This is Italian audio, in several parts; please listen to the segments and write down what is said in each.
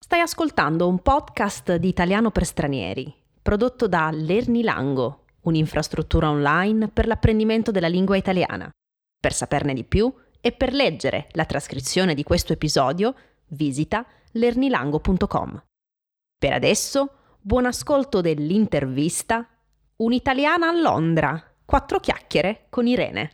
Stai ascoltando un podcast di Italiano per Stranieri, prodotto da Lernilango, un'infrastruttura online per l'apprendimento della lingua italiana. Per saperne di più e per leggere la trascrizione di questo episodio, visita lernilango.com. Per adesso, buon ascolto dell'intervista Un'italiana a Londra, 4 chiacchiere con Irene.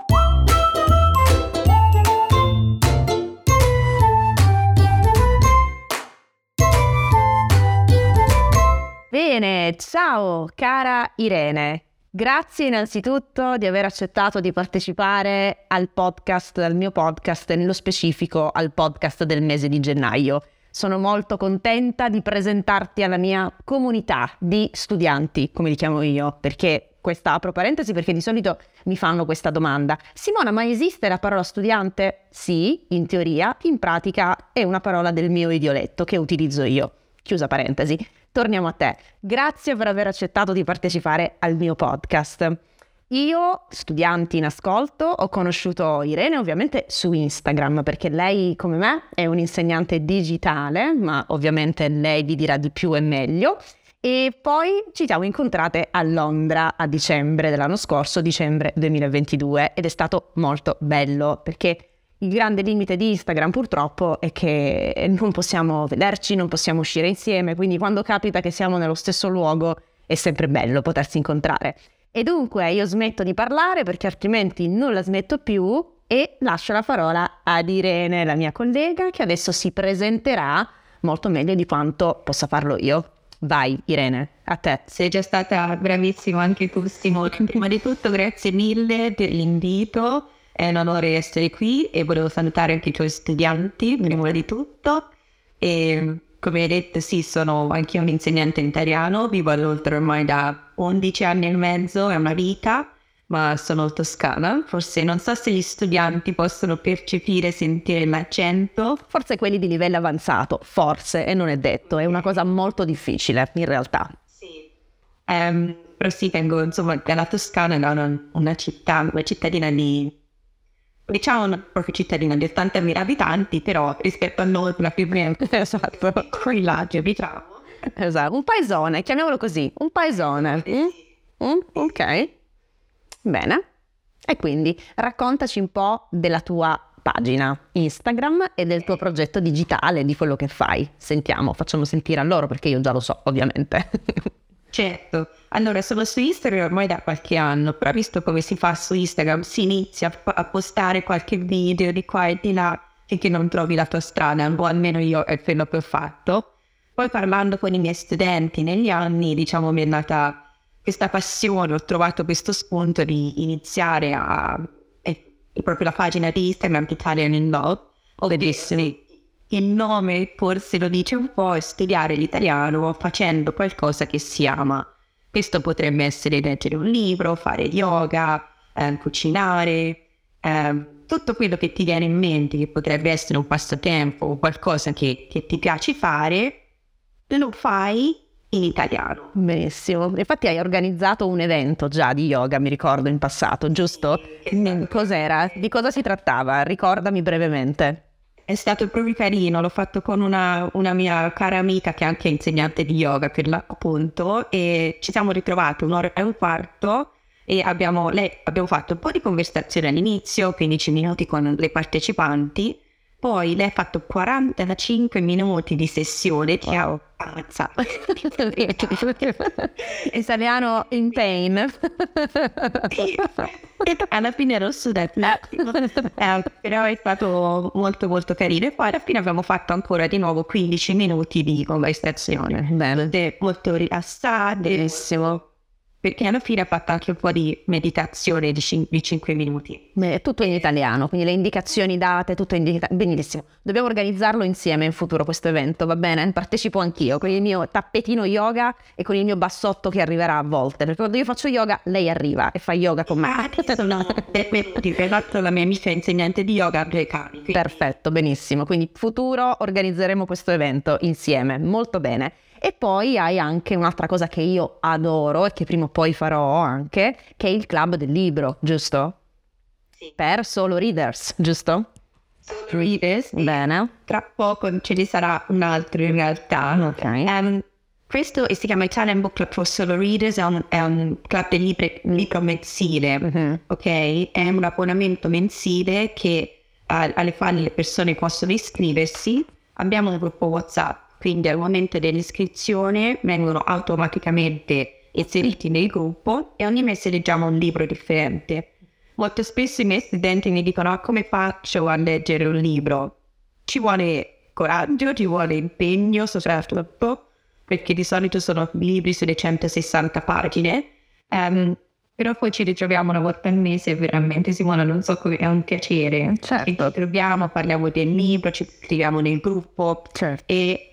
Bene, ciao cara Irene. Grazie innanzitutto di aver accettato di partecipare al mio podcast, e nello specifico al podcast del mese di gennaio. Sono molto contenta di presentarti alla mia comunità di studianti, come li chiamo io, perché questa apro parentesi perché di solito mi fanno questa domanda. Simona, ma esiste la parola studiante? Sì, in teoria, in pratica è una parola del mio idioletto che utilizzo io. Chiusa parentesi. Torniamo a te. Grazie per aver accettato di partecipare al mio podcast. Io, studianti in ascolto, ho conosciuto Irene ovviamente su Instagram, perché lei, come me, è un'insegnante digitale, ma ovviamente lei vi dirà di più e meglio. E poi ci siamo incontrate a Londra a dicembre dell'anno scorso, dicembre 2022, ed è stato molto bello, perché il grande limite di Instagram purtroppo è che non possiamo vederci, non possiamo uscire insieme, quindi quando capita che siamo nello stesso luogo è sempre bello potersi incontrare. E dunque io smetto di parlare perché altrimenti non la smetto più e lascio la parola ad Irene, la mia collega, che adesso si presenterà molto meglio di quanto possa farlo io. Vai Irene, a te. Sei già stata bravissima anche tu, Simone. Prima di tutto grazie mille per l'invito. È un onore essere qui e volevo salutare anche i tuoi studianti prima di tutto. E come hai detto, sì, sono anche io un insegnante italiano, vivo a Londra ormai da 11 anni e mezzo, è una vita, ma sono toscana. Forse non so se gli studianti possono percepire, sentire l'accento. Forse quelli di livello avanzato, forse, e non è detto, è una cosa molto difficile in realtà. Sì. Però sì, vengo insomma dalla Toscana, da una cittadina di... diciamo una proprio cittadina di 80.000 abitanti, però rispetto a noi la più breve, esatto, villaggio, diciamo. Esatto, un paesone, chiamiamolo così, un paesone. Ok, bene. E quindi raccontaci un po' della tua pagina Instagram e del tuo progetto digitale, di quello che fai. Sentiamo, facciamo sentire a loro perché io già lo so, ovviamente. Certo, allora sono su Instagram ormai da qualche anno, però visto come si fa su Instagram, si inizia a postare qualche video di qua e di là finché non trovi la tua strada, o almeno io è quello che ho fatto. Poi parlando con i miei studenti negli anni, diciamo, mi è nata questa passione, ho trovato questo spunto di iniziare proprio la pagina di Instagram Italian in Love, bellissimi. Il nome forse lo dice un po', è studiare l'italiano facendo qualcosa che si ama. Questo potrebbe essere leggere un libro, fare yoga, cucinare, tutto quello che ti viene in mente, che potrebbe essere un passatempo o qualcosa che ti piace fare, lo fai in italiano. Benissimo, infatti hai organizzato un evento già di yoga, mi ricordo in passato, giusto? Esatto. Cos'era? Di cosa si trattava? Ricordami brevemente. È stato proprio carino, l'ho fatto con una mia cara amica che è anche insegnante di yoga per l'appunto e ci siamo ritrovati 1 ora e un quarto e abbiamo fatto un po' di conversazione all'inizio, 15 minuti con le partecipanti, poi lei ha fatto 45 minuti di sessione che ho ammazzato. Italiano in pain. Alla fine ero sudata, però è stato molto molto carino e poi alla fine abbiamo fatto ancora di nuovo 15 minuti di conversazione. Bene. Molto rilassate. Benissimo. Perché alla fine ha fatto anche un po' di meditazione di 5 minuti. Beh, tutto in italiano, quindi le indicazioni date, tutto in italiano. Benissimo. Dobbiamo organizzarlo insieme in futuro questo evento, va bene? Partecipo anch'io con il mio tappetino yoga e con il mio bassotto che arriverà a volte. Perché quando io faccio yoga, lei arriva e fa yoga con me. La mia amica è insegnante di yoga americani. Perfetto, benissimo. Quindi in futuro organizzeremo questo evento insieme. Molto bene. E poi hai anche un'altra cosa che io adoro e che prima o poi farò anche, che è il club del libro, giusto? Sì. Per solo readers, giusto? Readers. Bene. Tra poco ce ne sarà un altro in realtà. Ok. Questo si chiama Italian Book Club for Solo Readers, è un club di libro mensile, ok? È un abbonamento mensile alle quali le persone possono iscriversi. Abbiamo un gruppo WhatsApp, quindi al momento dell'iscrizione vengono automaticamente inseriti nel gruppo e ogni mese leggiamo un libro differente. Molto spesso i miei studenti mi dicono: come faccio a leggere un libro? Ci vuole coraggio, ci vuole impegno soprattutto, perché di solito sono libri sulle 160 pagine, però poi ci ritroviamo una volta al mese e veramente, Simona, non so come, è un piacere. Certo. Ci ritroviamo, parliamo del libro, ci scriviamo nel gruppo, Certo. e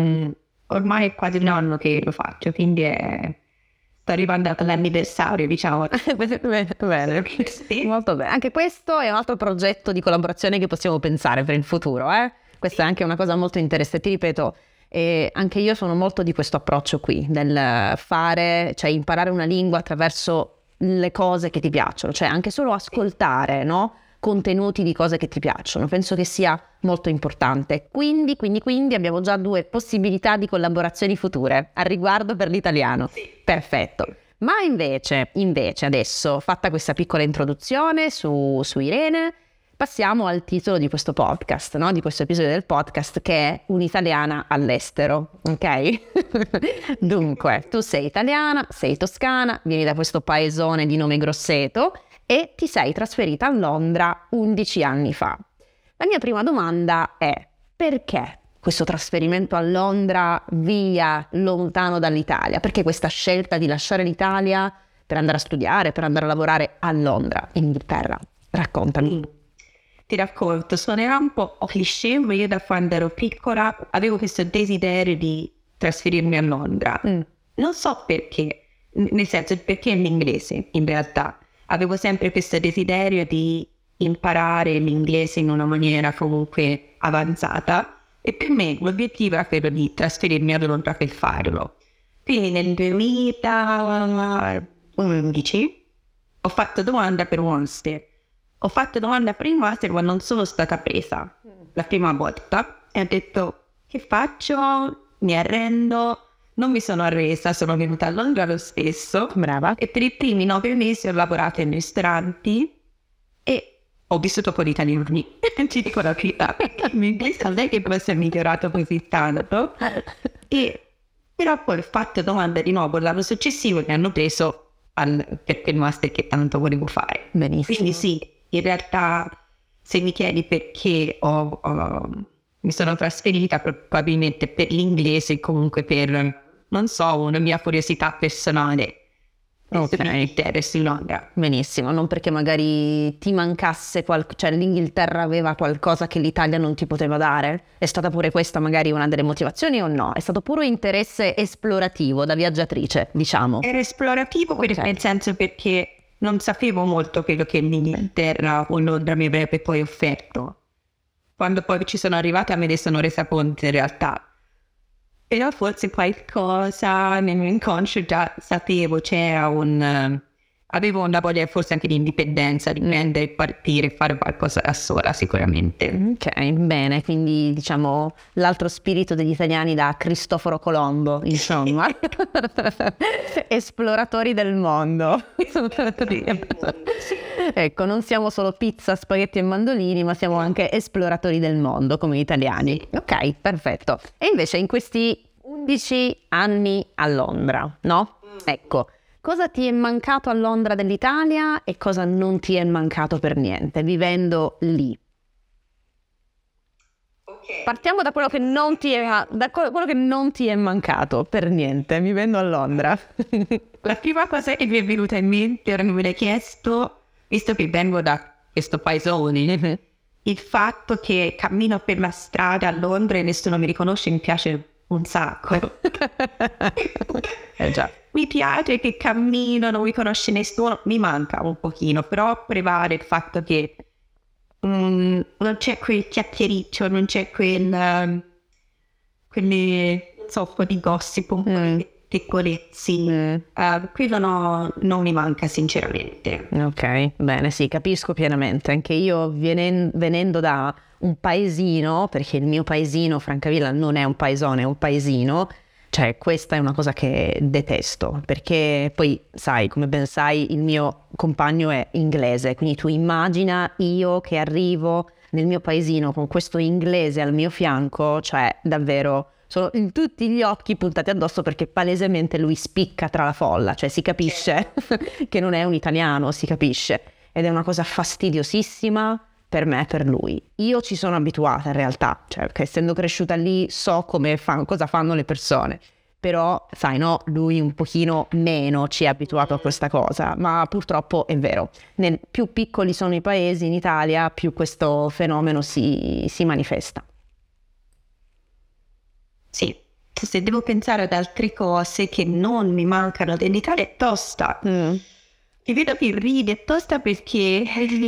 ormai è quasi un anno che lo faccio, quindi sto arrivando all'anniversario, diciamo. Bene. Sì. Molto bene. Anche questo è un altro progetto di collaborazione che possiamo pensare per il futuro, eh? Questa è anche una cosa molto interessante. Ti ripeto, anche io sono molto di questo approccio qui, del fare, cioè imparare una lingua attraverso le cose che ti piacciono, cioè anche solo ascoltare, no? Contenuti di cose che ti piacciono. Penso che sia molto importante. Quindi abbiamo già 2 possibilità di collaborazioni future al riguardo per l'italiano. Sì. Perfetto. Ma invece adesso, fatta questa piccola introduzione su Irene, passiamo al titolo di questo podcast, no? Di questo episodio del podcast, che è Un'italiana all'estero, ok? Dunque, tu sei italiana, sei toscana, vieni da questo paesone di nome Grosseto e ti sei trasferita a Londra 11 anni fa. La mia prima domanda è: perché questo trasferimento a Londra, via, lontano dall'Italia? Perché questa scelta di lasciare l'Italia per andare a studiare, per andare a lavorare a Londra, in Inghilterra? Raccontami. Ti racconto, suonerà un po' cliché, ma io da quando ero piccola avevo questo desiderio di trasferirmi a Londra. Non so perché, nel senso, perché l'inglese in realtà. Avevo sempre questo desiderio di imparare l'inglese in una maniera comunque avanzata e per me l'obiettivo era quello di trasferirmi a Londra per farlo. Quindi nel 2011 ho fatto domanda per Monster. Ho fatto domanda per il master, ma non sono stata presa la prima volta e ho detto: che faccio? Mi arrendo. Non mi sono arresa, sono venuta a Londra lo stesso. Brava. E per i primi 9 mesi ho lavorato in ristoranti e ho vissuto con gli italiani. Ti dico la verità, perché il mio inglese non è che fosse migliorato così tanto. Però poi ho fatto domanda di nuovo l'anno successivo e mi hanno preso per il master che tanto volevo fare. Benissimo. Quindi sì, in realtà se mi chiedi perché mi sono trasferita, probabilmente per l'inglese, comunque per, non so, una mia curiosità personale. Interesse in Londra. Benissimo, non perché magari ti mancasse cioè l'Inghilterra aveva qualcosa che l'Italia non ti poteva dare? È stata pure questa magari una delle motivazioni o no? È stato puro interesse esplorativo da viaggiatrice, diciamo. Era esplorativo, nel senso, perché non sapevo molto quello che l'Inghilterra o Londra mi avrebbe poi offerto. Quando poi ci sono arrivata me ne sono resa conto in realtà. Però forse qualcosa nel mio inconscio già sapevo, avevo una voglia forse anche di indipendenza, di prendere, partire, fare qualcosa da sola sicuramente. Ok, bene, quindi diciamo l'altro spirito degli italiani da Cristoforo Colombo, insomma. Esploratori del mondo. Ecco, non siamo solo pizza, spaghetti e mandolini, ma siamo anche esploratori del mondo come italiani. Ok, perfetto. E invece in questi 11 anni a Londra, no? Ecco, cosa ti è mancato a Londra dell'Italia e cosa non ti è mancato per niente vivendo lì? Okay. Partiamo da quello che non ti è mancato per niente vivendo a Londra. La prima cosa che mi è venuta in mente, ora me l'hai chiesto, visto che vengo da questo paesone, il fatto che cammino per la strada a Londra e nessuno mi riconosce mi piace un sacco. Già. Mi piace che cammino, non mi conosce nessuno, mi manca un pochino, però prevale il fatto che non c'è quel chiacchiericcio, non c'è quelle, non so, un po' di gossip, piccolezzi, quello non mi manca sinceramente. Ok, bene, sì, capisco pienamente. Anche io venendo da un paesino, perché il mio paesino, Francavilla, non è un paesone, è un paesino, cioè questa è una cosa che detesto, perché poi sai, come ben sai, il mio compagno è inglese, quindi tu immagina io che arrivo nel mio paesino con questo inglese al mio fianco, cioè davvero sono tutti gli occhi puntati addosso perché palesemente lui spicca tra la folla, cioè si capisce che non è un italiano, si capisce, ed è una cosa fastidiosissima per me e per lui. Io ci sono abituata in realtà, cioè che essendo cresciuta lì so cosa fanno le persone, però sai no, lui un pochino meno ci è abituato a questa cosa, ma purtroppo è vero, più piccoli sono i paesi in Italia, più questo fenomeno si manifesta. Sì, se devo pensare ad altre cose che non mi mancano dell'Italia è tosta. Mi vedo che ride, è tosta perché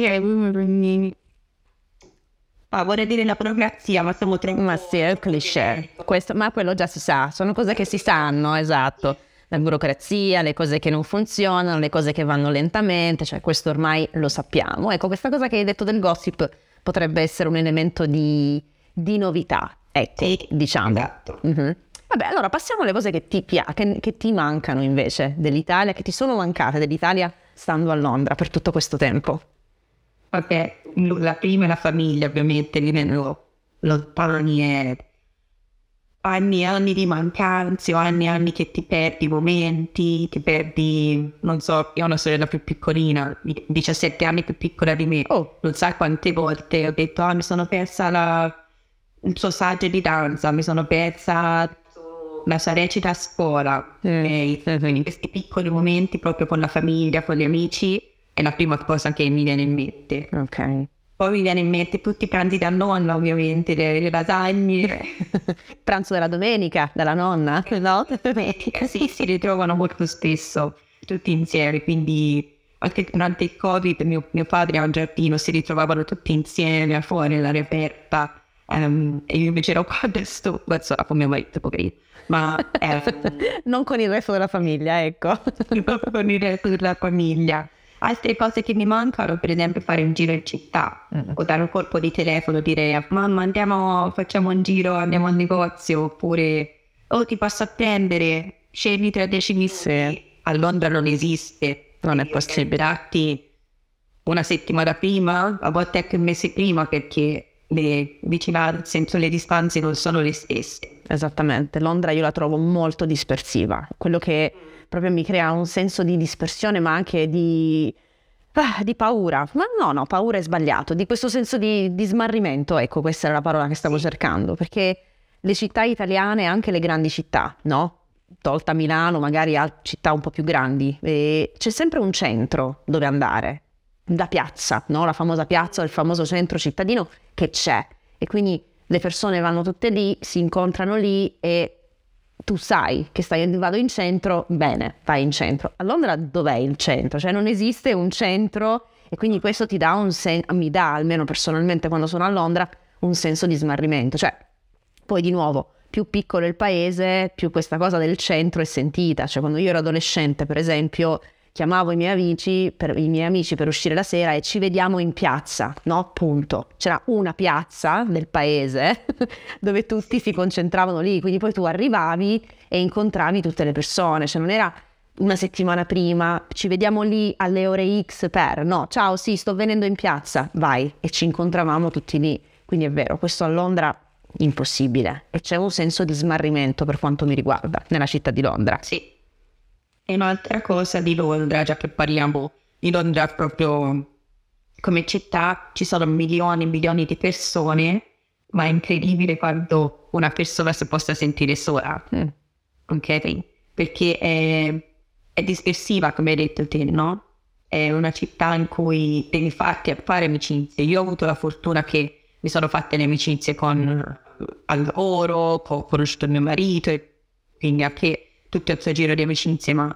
vorrei dire la burocrazia, ma siamo troppo... Ma sì, è un cliché. Ma quello già si sa, sono cose che si sanno, esatto. La burocrazia, le cose che non funzionano, le cose che vanno lentamente, cioè questo ormai lo sappiamo. Ecco, questa cosa che hai detto del gossip potrebbe essere un elemento di novità, ecco, Sì, diciamo. esatto. Vabbè, allora passiamo alle cose che ti mancano invece dell'Italia, che ti sono mancate dell'Italia stando a Londra per tutto questo tempo. Vabbè, la prima è la famiglia, ovviamente, vivendo lontani è anni e anni di mancanze, o anni e anni che ti perdi momenti, ti perdi, non so, io ho una sorella più piccolina, 17 anni più piccola di me, non sai quante volte ho detto, mi sono persa il suo saggio di danza, mi sono persa la sua recita a scuola, quindi questi piccoli momenti proprio con la famiglia, con gli amici, è la prima cosa che mi viene in mente. Ok. Poi mi viene in mente tutti i pranzi da nonna, ovviamente, le lasagne. Pranzo della domenica, dalla nonna, no? Sì, si ritrovano molto spesso, tutti insieme, quindi anche durante il Covid mio padre ha un giardino, si ritrovavano tutti insieme, fuori all'aria aperta, e io invece ero qua adesso, con mio marito, poverino. Ma non con il resto della famiglia, ecco. con il resto della famiglia. Altre cose che mi mancano, per esempio fare un giro in città, o dare un colpo di telefono, dire mamma facciamo un giro, andiamo al negozio, oppure ti posso attendere, scendi tra 10 minuti. Sì. A Londra non esiste. Non è possibile. Datti una settimana prima, a volte anche un mese prima, perché le vicinanze, le distanze non sono le stesse. Esattamente, Londra io la trovo molto dispersiva, quello che proprio mi crea un senso di dispersione ma anche di paura, ma no, paura è sbagliato, di questo senso di smarrimento, ecco questa era la parola che stavo cercando, perché le città italiane, anche le grandi città, no? Tolta Milano, magari città un po' più grandi, c'è sempre un centro dove andare, la piazza, no? La famosa piazza o il famoso centro cittadino che c'è e quindi le persone vanno tutte lì, si incontrano lì e tu sai che vado in centro, bene, vai in centro. A Londra dov'è il centro? Cioè non esiste un centro e quindi questo ti dà mi dà, almeno personalmente quando sono a Londra, un senso di smarrimento. Cioè, poi di nuovo, più piccolo è il paese, più questa cosa del centro è sentita. Cioè quando io ero adolescente, per esempio, chiamavo i miei amici per uscire la sera e ci vediamo in piazza, no? Punto. C'era una piazza del paese dove tutti si concentravano lì, quindi poi tu arrivavi e incontravi tutte le persone, cioè non era una settimana prima, ci vediamo lì alle ore X no, ciao, sì, sto venendo in piazza, vai, e ci incontravamo tutti lì. Quindi è vero, questo a Londra impossibile e c'è un senso di smarrimento per quanto mi riguarda nella città di Londra. Sì. E un'altra cosa di Londra, già che parliamo di Londra proprio come città, ci sono milioni e milioni di persone, ma è incredibile quando una persona si possa sentire sola, ok? Perché è dispersiva, come hai detto te, no? È una città in cui devi fare amicizie. Io ho avuto la fortuna che mi sono fatte le amicizie al lavoro, ho conosciuto mio marito, e quindi anche tutto il suo giro di amicizie, ma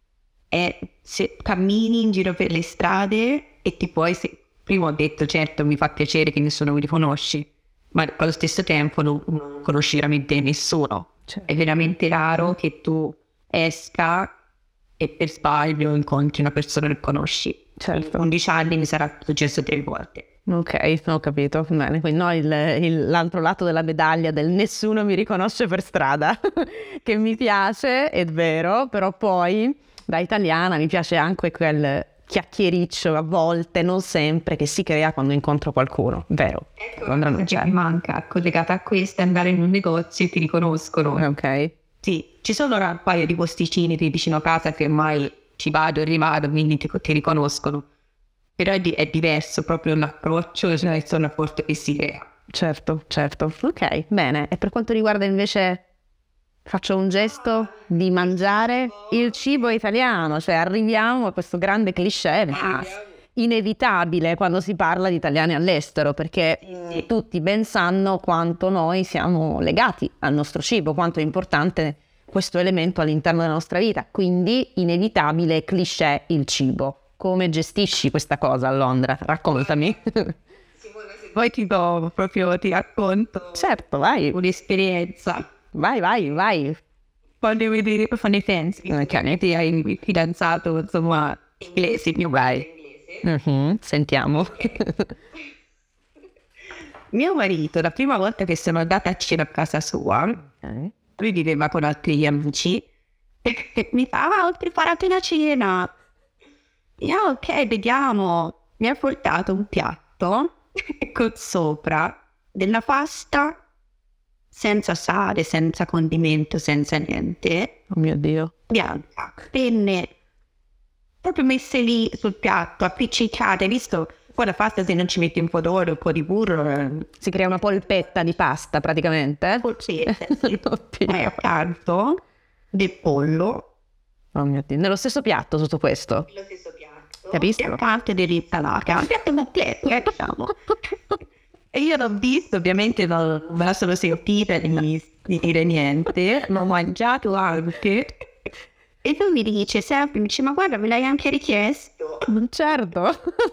se cammini in giro per le strade e prima ho detto certo mi fa piacere che nessuno mi riconosci, ma allo stesso tempo non conosci veramente nessuno. Certo. È veramente raro che tu esca e per sbaglio incontri una persona che conosci. Certo. In 11 anni mi sarà successo 3 volte. Ok, ho capito. Bene, quindi no, l'altro lato della medaglia del nessuno mi riconosce per strada, che mi piace, è vero, però poi da italiana mi piace anche quel chiacchiericcio a volte, non sempre, che si crea quando incontro qualcuno, vero? Quando non c'è. Mi manca, collegata a questo, andare in un negozio e ti riconoscono. Ok. Sì, ci sono un paio di posticini qui vicino a casa che ormai ci vado e rivado, quindi ti riconoscono. Però è diverso proprio l'approccio, cioè il rapporto che si crea. Certo. Ok, bene. E per quanto riguarda invece, faccio un gesto di mangiare il cibo italiano, cioè arriviamo a questo grande cliché, ma inevitabile quando si parla di italiani all'estero, perché tutti ben sanno quanto noi siamo legati al nostro cibo, quanto è importante questo elemento all'interno della nostra vita, quindi inevitabile cliché il cibo. Come gestisci questa cosa a Londra? Raccontami. Poi ti racconto. Certo, vai. Un'esperienza. Vai. Quando vedere fanno i sensi. Ok. Ti hai un fidanzato, insomma, inglese, più vai. Sentiamo. Mio marito, la prima volta che sono andata a cena a casa sua, lui viveva con altri amici, e mi fa, ho preparato una cena. Io, ok, vediamo. Mi ha portato un piatto con sopra della pasta senza sale, senza condimento, senza niente. Oh mio Dio. Bianca, penne proprio messe lì sul piatto, appiccicate, visto? Poi la pasta, se non ci metti un po' d'olio, un po' di burro, si crea una polpetta di pasta praticamente. Polpette, sì. Poi accanto del pollo. Oh mio Dio, nello stesso piatto tutto questo. Nello stesso piatto. Capisco? E accanto dell'insalata. Un piatto completo, diciamo. E io l'ho visto, ovviamente non me la sono sentita di dire niente, ma ho mangiato anche. E lui mi dice sempre, mi dice, ma guarda, me l'hai anche richiesto. Certo.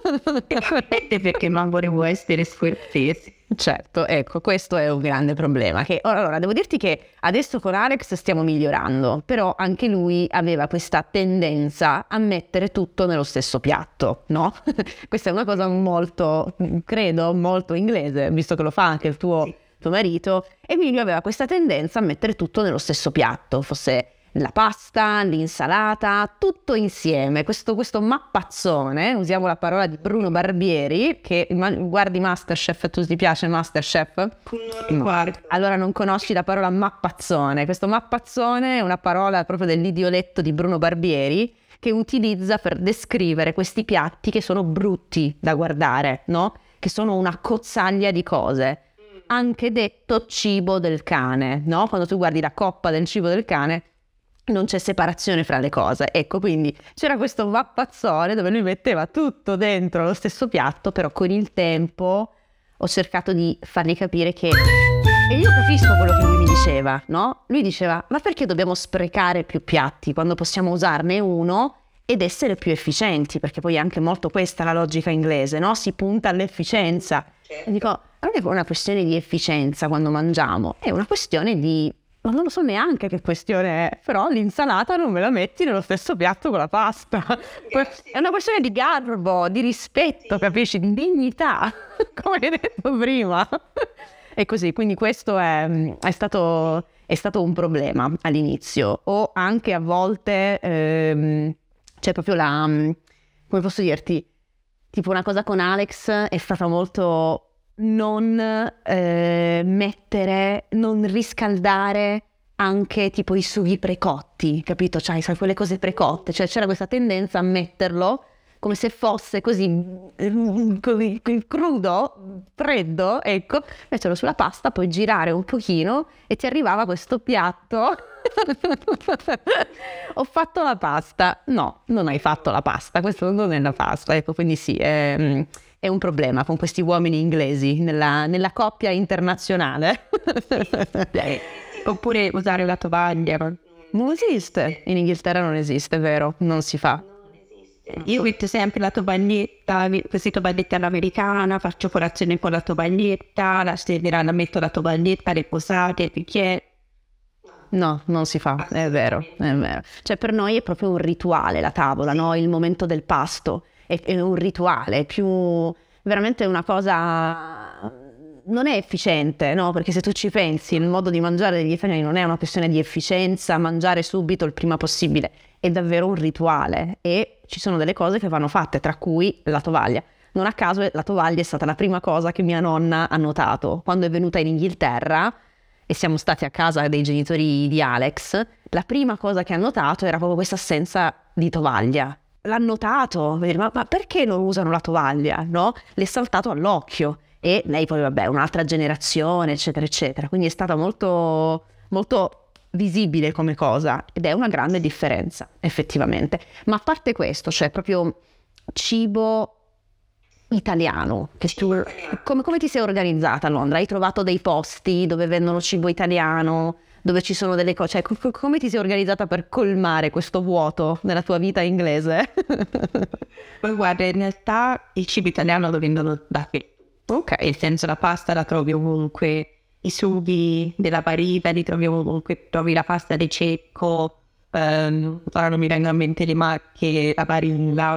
Perché non volevo essere scortese. Certo, ecco, questo è un grande problema. Che, allora, devo dirti che adesso con Alex stiamo migliorando, però anche lui aveva questa tendenza a mettere tutto nello stesso piatto, no? Questa è una cosa molto, credo, molto inglese, visto che lo fa anche il tuo marito, e quindi lui aveva questa tendenza a mettere tutto nello stesso piatto, fosse la pasta, l'insalata, tutto insieme, questo mappazzone, usiamo la parola di Bruno Barbieri, che guardi Masterchef, tu ti piace Masterchef? No. Allora non conosci la parola mappazzone. Questo mappazzone è una parola proprio dell'idioletto di Bruno Barbieri, che utilizza per descrivere questi piatti che sono brutti da guardare, no? Che sono una cozzaglia di cose. Anche detto cibo del cane, no? Quando tu guardi la coppa del cibo del cane, non c'è separazione fra le cose. Ecco, quindi c'era questo mappazzone dove lui metteva tutto dentro lo stesso piatto, però con il tempo ho cercato di fargli capire che, e io capisco quello che lui mi diceva, no? Lui diceva, ma perché dobbiamo sprecare più piatti quando possiamo usarne uno ed essere più efficienti? Perché poi è anche molto questa la logica inglese, no? Si punta all'efficienza. E dico, non è una questione di efficienza quando mangiamo, è una questione di... Ma non lo so neanche che questione è, però l'insalata non me la metti nello stesso piatto con la pasta. È una questione di garbo, di rispetto, capisci? Di dignità, come hai detto prima. E così, quindi questo è stato un problema all'inizio. O anche a volte c'è proprio la... come posso dirti? Tipo una cosa con Alex è stata molto... non mettere, non riscaldare anche tipo i sughi precotti, capito? Cioè, sai, quelle cose precotte, cioè c'era questa tendenza a metterlo come se fosse così crudo, freddo, ecco, metterlo sulla pasta, poi girare un pochino e ti arrivava questo piatto. Ho fatto la pasta. No, non hai fatto la pasta, questo non è la pasta, ecco, quindi sì, è un problema con questi uomini inglesi nella coppia internazionale. Oppure usare la tovaglia. Non esiste. In Inghilterra non esiste, vero? Non si fa. Io metto sempre la tovaglietta, questa tovaglietta all'americana, faccio colazione con la tovaglietta, la sera la metto la tovaglietta, le posate, il bicchiere. No, non si fa, è vero, è vero. Cioè per noi è proprio un rituale la tavola, no? Il momento del pasto è un rituale, è più veramente una cosa, non è efficiente, no? Perché se tu ci pensi, il modo di mangiare degli italiani non è una questione di efficienza, mangiare subito il prima possibile, è davvero un rituale e ci sono delle cose che vanno fatte, tra cui la tovaglia. Non a caso la tovaglia è stata la prima cosa che mia nonna ha notato quando è venuta in Inghilterra e siamo stati a casa dei genitori di Alex. La prima cosa che ha notato era proprio questa assenza di tovaglia. L'ha notato, ma perché non usano la tovaglia, no? Le è saltato all'occhio e lei poi vabbè un'altra generazione eccetera eccetera, quindi è stata molto molto visibile come cosa ed è una grande differenza effettivamente. Ma a parte questo, cioè proprio cibo italiano, che tu, come ti sei organizzata a Londra? Hai trovato dei posti dove vendono cibo italiano, dove ci sono delle cose, cioè come ti sei organizzata per colmare questo vuoto nella tua vita inglese? Poi guarda, in realtà il cibo italiano lo vendono da qui. Ok. Nel senso la pasta la trovi ovunque, i sughi della Barilla li trovi ovunque, trovi la pasta di cecco, ora non mi vengono in mente le marche, la Barilla,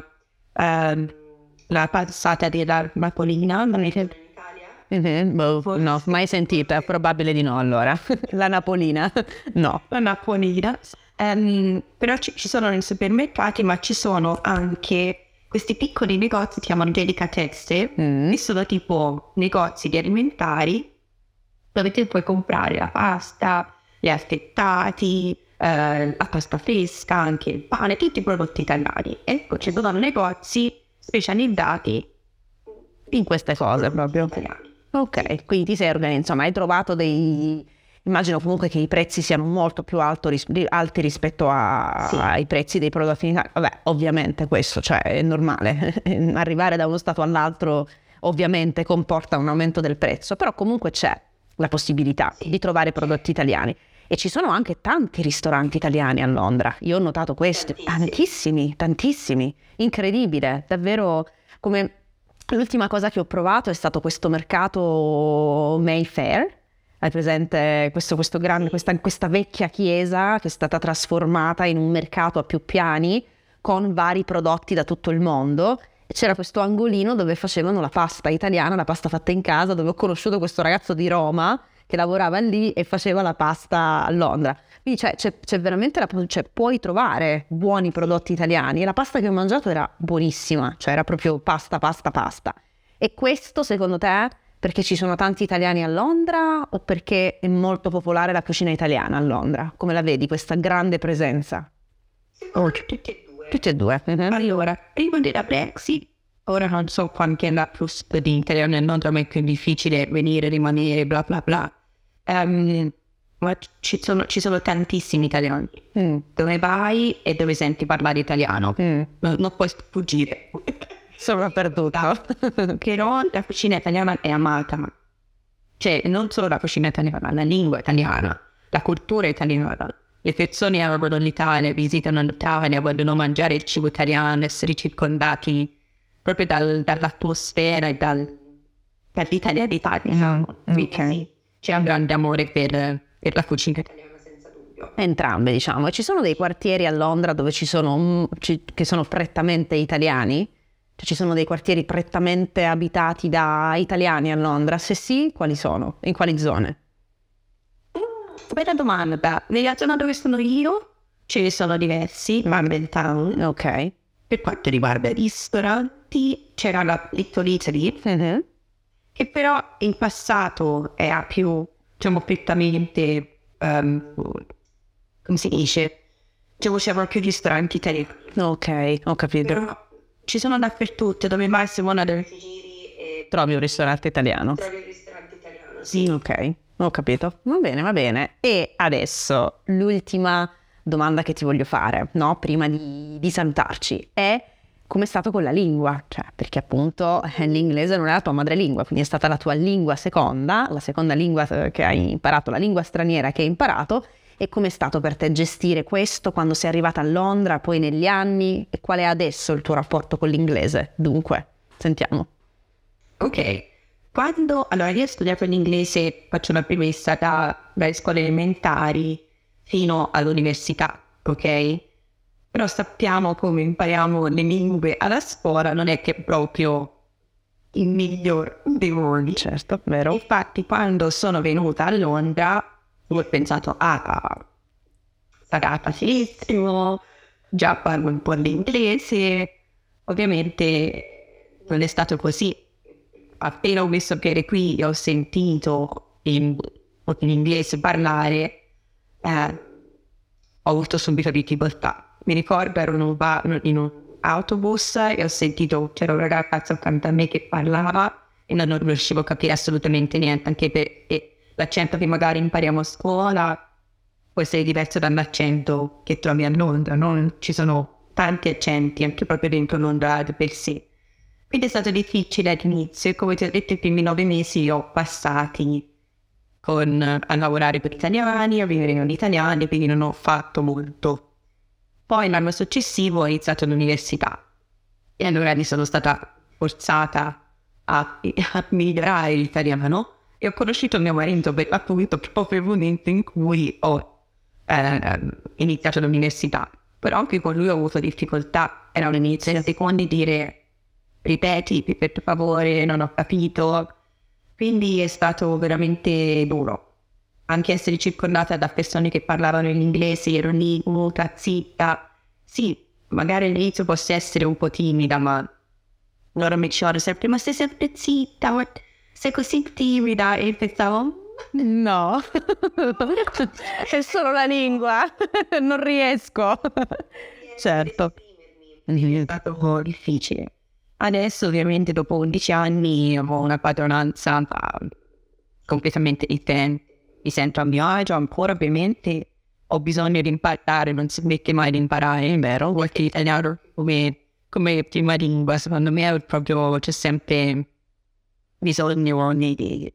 la passata della Napolina, non è sempre in Italia. No, mai sentita, probabile di no allora. La Napolina, no. La Napolina, però ci sono nei supermercati, ma ci sono anche questi piccoli negozi, si chiamano delicatesse, che sono tipo negozi di alimentari dove te puoi comprare la pasta, gli affettati, la pasta fresca, anche il pane, tutti i prodotti italiani. Ecco, ci sono negozi specializzati in queste cose proprio. Ok, quindi ti sei organizzato, insomma hai trovato immagino comunque che i prezzi siano molto più alti rispetto ai prezzi dei prodotti in Italia. Vabbè, ovviamente questo, cioè è normale, arrivare da uno stato all'altro ovviamente comporta un aumento del prezzo, però comunque c'è la possibilità di trovare prodotti italiani. E ci sono anche tanti ristoranti italiani a Londra. Io ho notato questo, tantissimi, incredibile, davvero. Come l'ultima cosa che ho provato è stato questo mercato Mayfair. Hai presente questa vecchia chiesa che è stata trasformata in un mercato a più piani con vari prodotti da tutto il mondo. C'era questo angolino dove facevano la pasta italiana, la pasta fatta in casa, dove ho conosciuto questo ragazzo di Roma che lavorava lì e faceva la pasta a Londra. Quindi c'è veramente puoi trovare buoni prodotti italiani e la pasta che ho mangiato era buonissima, cioè era proprio pasta. E questo secondo te perché ci sono tanti italiani a Londra o perché è molto popolare la cucina italiana a Londra? Come la vedi questa grande presenza? Tutti e due. Allora, prima della Brexit, ora non so quanto è la plus di italiano, non è molto difficile venire, rimanere, bla bla bla. Ma ci sono tantissimi italiani. Dove vai e dove senti parlare italiano. Non puoi fuggire. Soprattutto. Però la cucina italiana è amata. Cioè, non solo la cucina italiana, la lingua italiana, la cultura italiana. Le persone amano l'Italia, visitano l'Italia, vogliono mangiare il cibo italiano, essere circondati proprio dall'atmosfera e dall'Italia d'Italia. Ok. C'è un grande amore per la cucina italiana, senza dubbio. Entrambe, diciamo. E ci sono dei quartieri a Londra dove che sono prettamente italiani? Cioè ci sono dei quartieri prettamente abitati da italiani a Londra? Se sì, quali sono? In quali zone? Bella domanda. Nella zona dove sono io ce ne sono diversi, London Town. Ok. Per quanto riguarda i ristoranti, c'era la Little Italy, che però in passato era più, diciamo, prettamente, come si dice, diciamo, c'erano più ristoranti italiani. Ok, ho capito. Però ci sono dappertutto, dove mai si vuole dove ti giri e Trovi un ristorante italiano? trovi un ristorante italiano, sì. Ok, ho capito. Va bene. E adesso l'ultima domanda che ti voglio fare, no? Prima di salutarci, è come è stato con la lingua? Cioè, perché appunto l'inglese non è la tua madrelingua, quindi è stata la tua lingua seconda, la seconda lingua che hai imparato, la lingua straniera che hai imparato. E com'è stato per te gestire questo quando sei arrivata a Londra, poi negli anni? E qual è adesso il tuo rapporto con l'inglese? Dunque, sentiamo. Ok, allora io ho studiato l'inglese, faccio una premessa, dalle scuole elementari, fino all'università, ok? Però sappiamo come impariamo le lingue alla scuola, non è che proprio il miglior dei modi. Certo, vero. Infatti quando sono venuta a Londra ho pensato, sarà facilissimo, già parlo un po' di inglese. Ovviamente non è stato così. Appena ho messo piede qui e ho sentito in inglese parlare, ho avuto subito difficoltà. Mi ricordo ero in un autobus e ho sentito, c'era un ragazzo accanto a me che parlava e non riuscivo a capire assolutamente niente, anche perché l'accento che magari impariamo a scuola può essere diverso dall'accento che trovi a Londra, no? Ci sono tanti accenti anche proprio dentro Londra per sé. Quindi è stato difficile all'inizio e come ti ho detto i primi 9 mesi li ho passati a lavorare per italiani, a vivere con gli italiani, quindi non ho fatto molto. Poi l'anno successivo ho iniziato l'università e allora mi sono stata forzata a migliorare l'italiano e ho conosciuto mio marito per l'appunto proprio il momento in cui ho iniziato l'università. Però anche con lui ho avuto difficoltà, era un inizio secondi dire ripeti per favore, non ho capito, quindi è stato veramente duro. Anche essere circondata da persone che parlavano in inglese, ero lì muta, zitta. Sì, magari all'inizio posso essere un po' timida, ma loro mi dicevano sempre, ma sei sempre zitta, sei così timida, e pensavo, no, è solo la lingua, non riesco. Certo. È stato difficile. Adesso ovviamente dopo 11 anni ho una padronanza completamente differente. Mi sento a mio agio ancora, ovviamente ho bisogno di imparare, non si smette mai di imparare, vero? Qualche italiano come prima lingua, secondo me è proprio c'è sempre bisogno di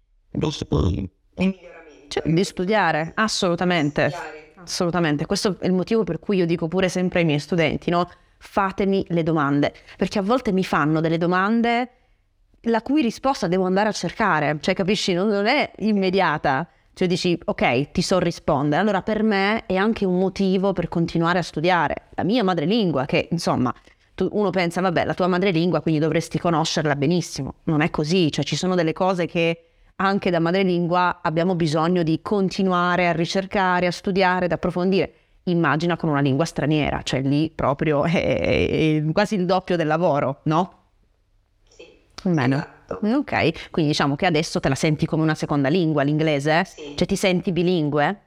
studiare, assolutamente. Assolutamente, questo è il motivo per cui io dico pure sempre ai miei studenti, no? Fatemi le domande, perché a volte mi fanno delle domande la cui risposta devo andare a cercare, cioè capisci, non è immediata, cioè dici ok, ti so rispondere, allora per me è anche un motivo per continuare a studiare la mia madrelingua, che insomma uno pensa vabbè la tua madrelingua quindi dovresti conoscerla benissimo, non è così, cioè ci sono delle cose che anche da madrelingua abbiamo bisogno di continuare a ricercare, a studiare, ad approfondire. Immagina con una lingua straniera, cioè lì proprio è quasi il doppio del lavoro, no? Sì. Bene. Esatto. Ok, quindi diciamo che adesso te la senti come una seconda lingua, l'inglese? Sì. Cioè ti senti bilingue?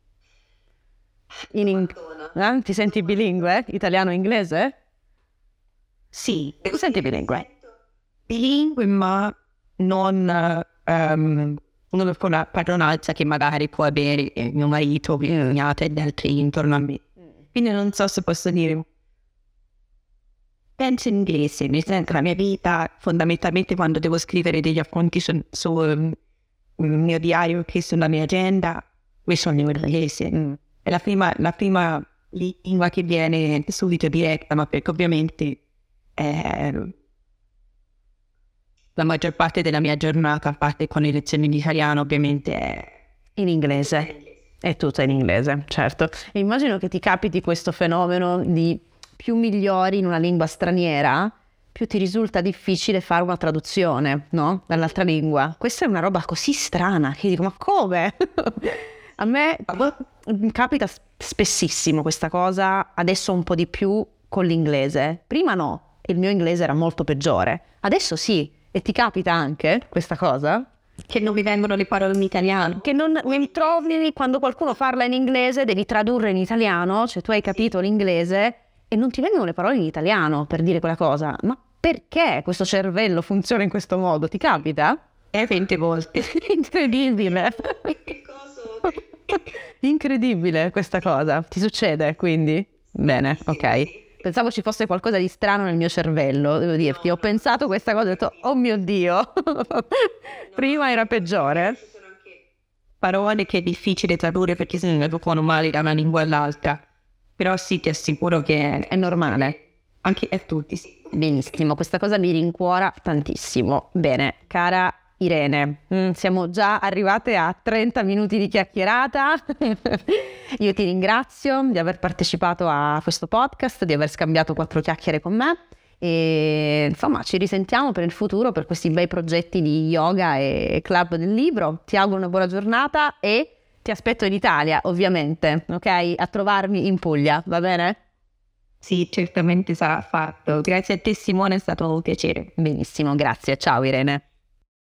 Ti senti bilingue? Italiano-inglese? Sì. Ti senti bilingue? Bilingue, ma non con la padronanza che magari può avere mio marito, mia cognata e gli altri intorno a me. Quindi non so se posso dire. Penso in inglese, nel senso la mia vita, fondamentalmente quando devo scrivere degli appunti sul mio diario che sulla mia agenda, questo è il mio inglese. È la prima lingua che viene subito diretta, ma perché ovviamente la maggior parte della mia giornata, a parte con le lezioni di italiano, ovviamente è in inglese. È tutta in inglese, certo. E immagino che ti capiti questo fenomeno di più migliori in una lingua straniera, più ti risulta difficile fare una traduzione, no? Dall'altra lingua. Questa è una roba così strana che dico, ma come? A me capita spessissimo questa cosa, adesso un po' di più con l'inglese. Prima no, il mio inglese era molto peggiore. Adesso sì. E ti capita anche questa cosa? Che non mi vengono le parole in italiano? Che non trovi quando qualcuno parla in inglese, devi tradurre in italiano, cioè tu hai capito l'inglese e non ti vengono le parole in italiano per dire quella cosa. Ma perché questo cervello funziona in questo modo? Ti capita? 20 volte. Incredibile. Incredibile questa cosa. Ti succede quindi? Bene, ok. Pensavo ci fosse qualcosa di strano nel mio cervello, devo dirti. Ho pensato questa cosa e ho detto, oh mio Dio, prima era peggiore. Ci sono anche parole che è difficile tradurre perché se ne trovano male da una lingua all'altra. Però sì, ti assicuro che è normale. Anche a tutti, sì. Benissimo, questa cosa mi rincuora tantissimo. Bene, cara Irene. Siamo già arrivate a 30 minuti di chiacchierata. Io ti ringrazio di aver partecipato a questo podcast, di aver scambiato 4 chiacchiere con me e insomma ci risentiamo per il futuro per questi bei progetti di yoga e club del libro. Ti auguro una buona giornata e ti aspetto in Italia, ovviamente, ok? A trovarmi in Puglia, va bene? Sì, certamente sarà fatto. Grazie a te Simone, è stato un piacere. Benissimo, grazie. Ciao Irene.